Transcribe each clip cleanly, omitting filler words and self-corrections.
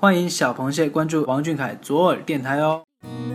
欢迎小螃蟹关注王俊凯左耳电台哦。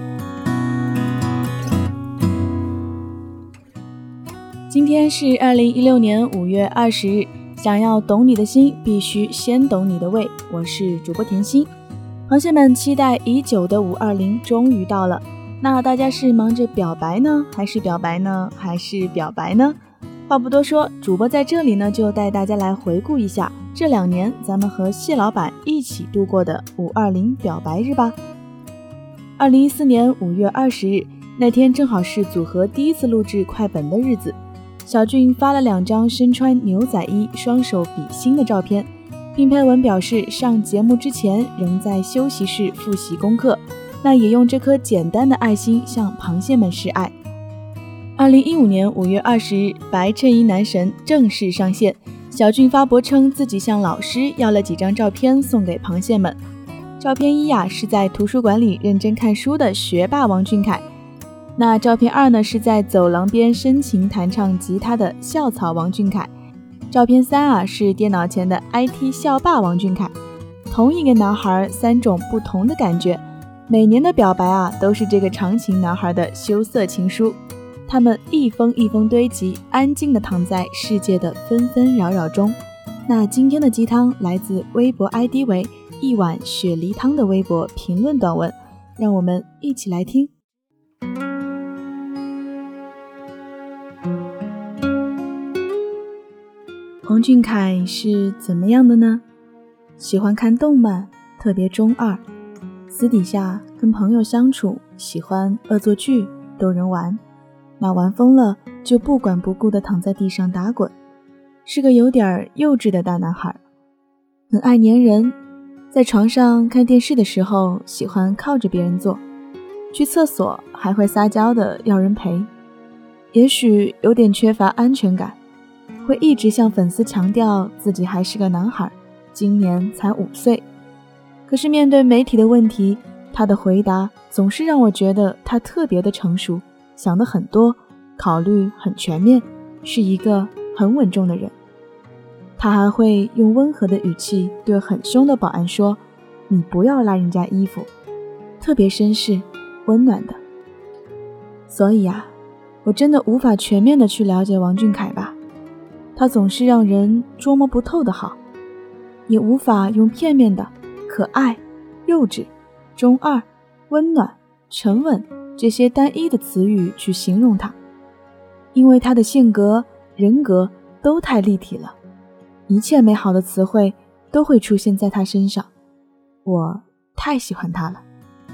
今天是2016年5月20日，想要懂你的心，必须先懂你的胃。我是主播甜心。螃蟹们期待已久的520终于到了，那大家是忙着表白呢，还是表白呢，还是表白呢？话不多说，主播在这里呢，就带大家来回顾一下这2年咱们和蟹老板一起度过的520表白日吧。2014年5月20日，那天正好是组合第一次录制快本的日子。小俊发了2张身穿牛仔衣、双手比心的照片，并配文表示上节目之前仍在休息室复习功课，那也用这颗简单的爱心向螃蟹们示爱。2015年5月20日，白衬衣男神正式上线。小俊发博称自己向老师要了几张照片送给螃蟹们。照片1是在图书馆里认真看书的学霸王俊凯，那照片2呢是在走廊边深情弹唱吉他的校草王俊凯，照片3是电脑前的 IT 校霸王俊凯。同一个男孩，3种不同的感觉。每年的表白都是这个长情男孩的羞涩情书，他们一封一封堆积，安静地躺在世界的纷纷扰扰中。那今天的鸡汤来自微博 ID 为一碗雪梨汤的微博评论短文，让我们一起来听。王俊凯是怎么样的呢？喜欢看动漫，特别中二，私底下跟朋友相处，喜欢恶作剧，逗人玩，那玩疯了就不管不顾地躺在地上打滚，是个有点幼稚的大男孩。很爱粘人，在床上看电视的时候喜欢靠着别人坐，去厕所还会撒娇的要人陪。也许有点缺乏安全感，会一直向粉丝强调自己还是个男孩，今年才5岁。可是面对媒体的问题，他的回答总是让我觉得他特别的成熟，想得很多，考虑很全面，是一个很稳重的人。他还会用温和的语气对很凶的保安说，你不要拉人家衣服，特别绅士温暖的。所以我真的无法全面的去了解王俊凯吧，他总是让人捉摸不透的好，也无法用片面的可爱、幼稚、中二、温暖、沉稳这些单一的词语去形容他，因为他的性格、人格都太立体了，一切美好的词汇都会出现在他身上，我太喜欢他了。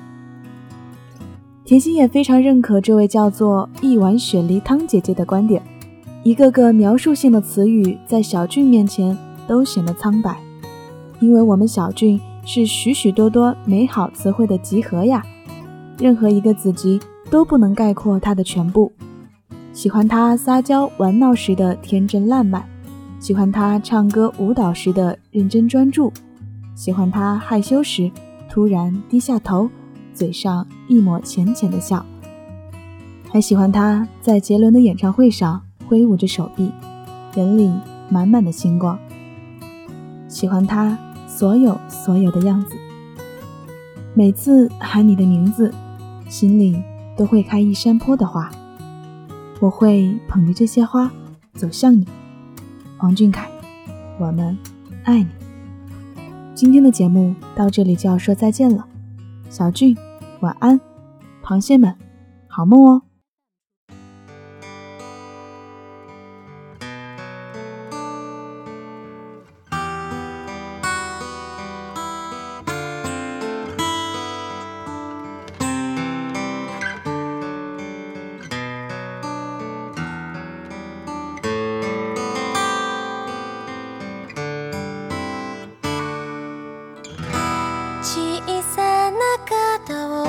甜心也非常认可这位叫做一碗雪梨汤姐姐的观点，一个个描述性的词语在小俊面前都显得苍白，因为我们小俊是许许多多美好词汇的集合呀，任何一个子集都不能概括他的全部。喜欢他撒娇玩闹时的天真烂漫，喜欢他唱歌舞蹈时的认真专注，喜欢他害羞时突然低下头，嘴上一抹浅浅的笑，还喜欢他在杰伦的演唱会上挥舞着手臂，眼里满满的星光，喜欢他所有的样子。每次喊你的名字，心里都会开一山坡的花，我会捧着这些花走向你，王俊凯，我们爱你。今天的节目到这里就要说再见了，小俊晚安，螃蟹们好梦哦。 小さな角を